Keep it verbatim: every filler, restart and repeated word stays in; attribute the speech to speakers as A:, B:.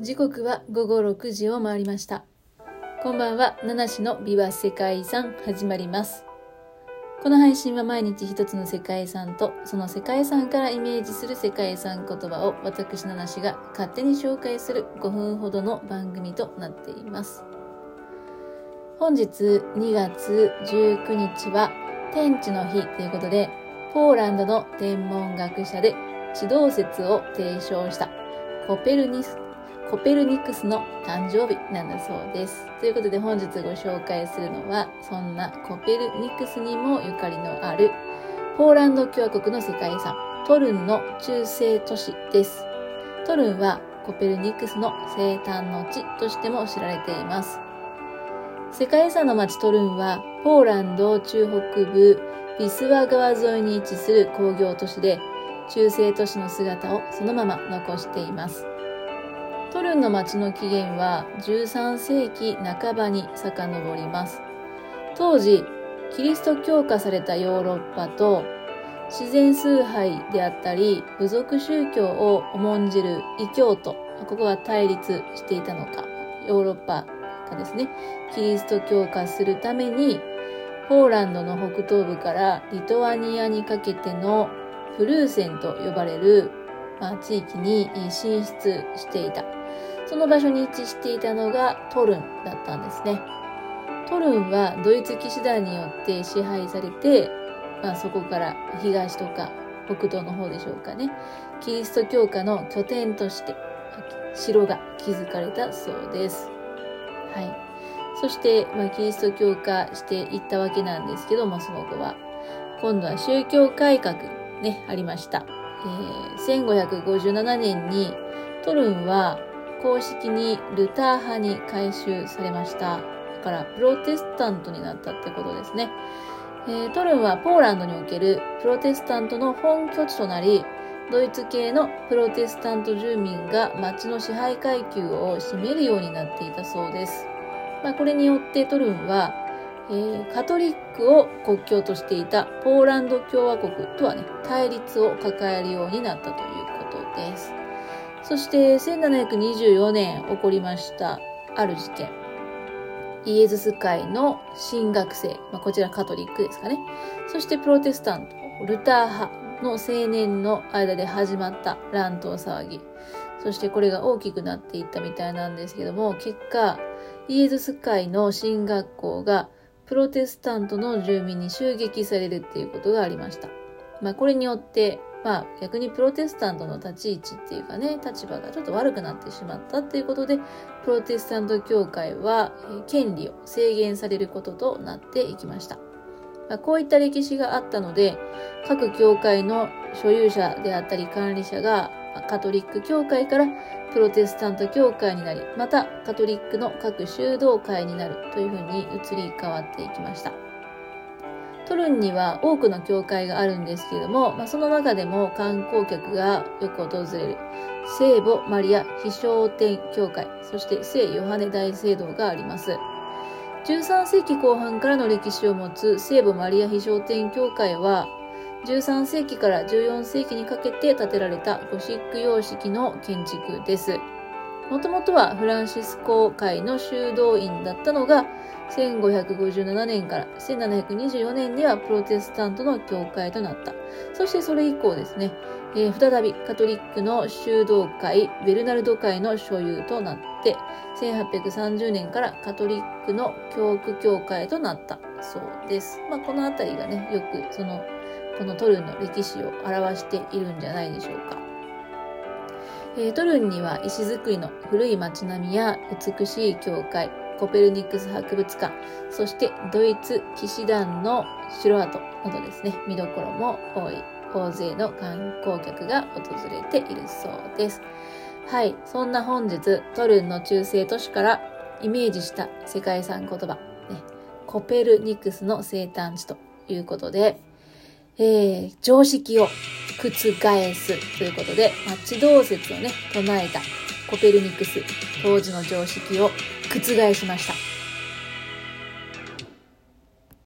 A: 時刻はごごろくじを回りました。こんばんは。七種の美は世界遺産始まります。この配信は毎日一つの世界遺産とその世界遺産からイメージする世界遺産言葉を私七種が勝手に紹介するごふんほどの番組となっています。本日にがつじゅうくにちは天地の日ということで、ポーランドの天文学者で地動説を提唱したコペルニスコペルニクスの誕生日なんだそうです。ということで本日ご紹介するのは、そんなコペルニクスにもゆかりのあるポーランド共和国の世界遺産トルンの中世都市です。トルンはコペルニクスの生誕の地としても知られています。世界遺産の町トルンはポーランド中北部ビスワ川沿いに位置する工業都市で、中世都市の姿をそのまま残しています。トルンの町の起源はじゅうさんせいきなかばに遡ります。当時、キリスト教化されたヨーロッパと自然崇拝であったり部族宗教を重んじる異教徒、ここは対立していたのか、ヨーロッパがですね、キリスト教化するためにポーランドの北東部からリトアニアにかけてのフルーセンと呼ばれる、まあ、地域に進出していた。その場所に位置していたのがトルンだったんですね。トルンはドイツ騎士団によって支配されて、まあ、そこから東とか北東の方でしょうかね、キリスト教化の拠点として城が築かれたそうです。はい。そして、まあ、キリスト教化していったわけなんですけども、その後は今度は宗教改革ね、ありました。えー、せんごひゃくごじゅうななねんにトルンは公式にルター派に改宗されました。だからプロテスタントになったってことですね。えー、トルンはポーランドにおけるプロテスタントの本拠地となり、ドイツ系のプロテスタント住民が町の支配階級を占めるようになっていたそうです。まあ、これによってトルンは、えー、カトリックを国教としていたポーランド共和国とはね、対立を抱えるようになったということです。そしてせんななひゃくにじゅうよねん起こりましたある事件。イエズス会の神学生、まあ、こちらカトリックですかね。そしてプロテスタント、ルター派の青年の間で始まった乱闘騒ぎ。そしてこれが大きくなっていったみたいなんですけども、結果、イエズス会の神学校がプロテスタントの住民に襲撃されるっていうことがありました。まあこれによって、まあ逆にプロテスタントの立ち位置っていうかね、立場がちょっと悪くなってしまったっていうことで、プロテスタント教会は権利を制限されることとなっていきました。まあ、こういった歴史があったので、各教会の所有者であったり管理者がカトリック教会からプロテスタント教会になり、またカトリックの各修道会になるというふうに移り変わっていきました。トルンには多くの教会があるんですけれども、まあ、その中でも観光客がよく訪れる聖母マリア飛翔天教会、そして聖ヨハネ大聖堂があります。じゅうさんせいきこう半からの歴史を持つ聖母マリア飛翔天教会は、じゅうさんせいきからじゅうよんせいきにかけて建てられたゴシック様式の建築です。もともとはフランシスコ会の修道院だったのが、せんごひゃくごじゅうななねんからせんななひゃくにじゅうよねんにはプロテスタントの教会となった。そしてそれ以降ですね、えー、再びカトリックの修道会、ベルナルド会の所有となって、せんはっぴゃくさんじゅうねんからカトリックの教区教会となったそうです。まあ、このあたりがね、よくその、このトルンの歴史を表しているんじゃないでしょうか。えー、トルンには石造りの古い街並みや美しい教会、コペルニクス博物館、そしてドイツ騎士団の城跡などですね、見どころも多い、大勢の観光客が訪れているそうです。はい、そんな本日、トルンの中世都市からイメージした世界遺産言葉、ね、コペルニクスの生誕地ということで、えー、常識を覆すということで、まあ、地動説をね、唱えたコペルニクス、当時の常識を覆しました。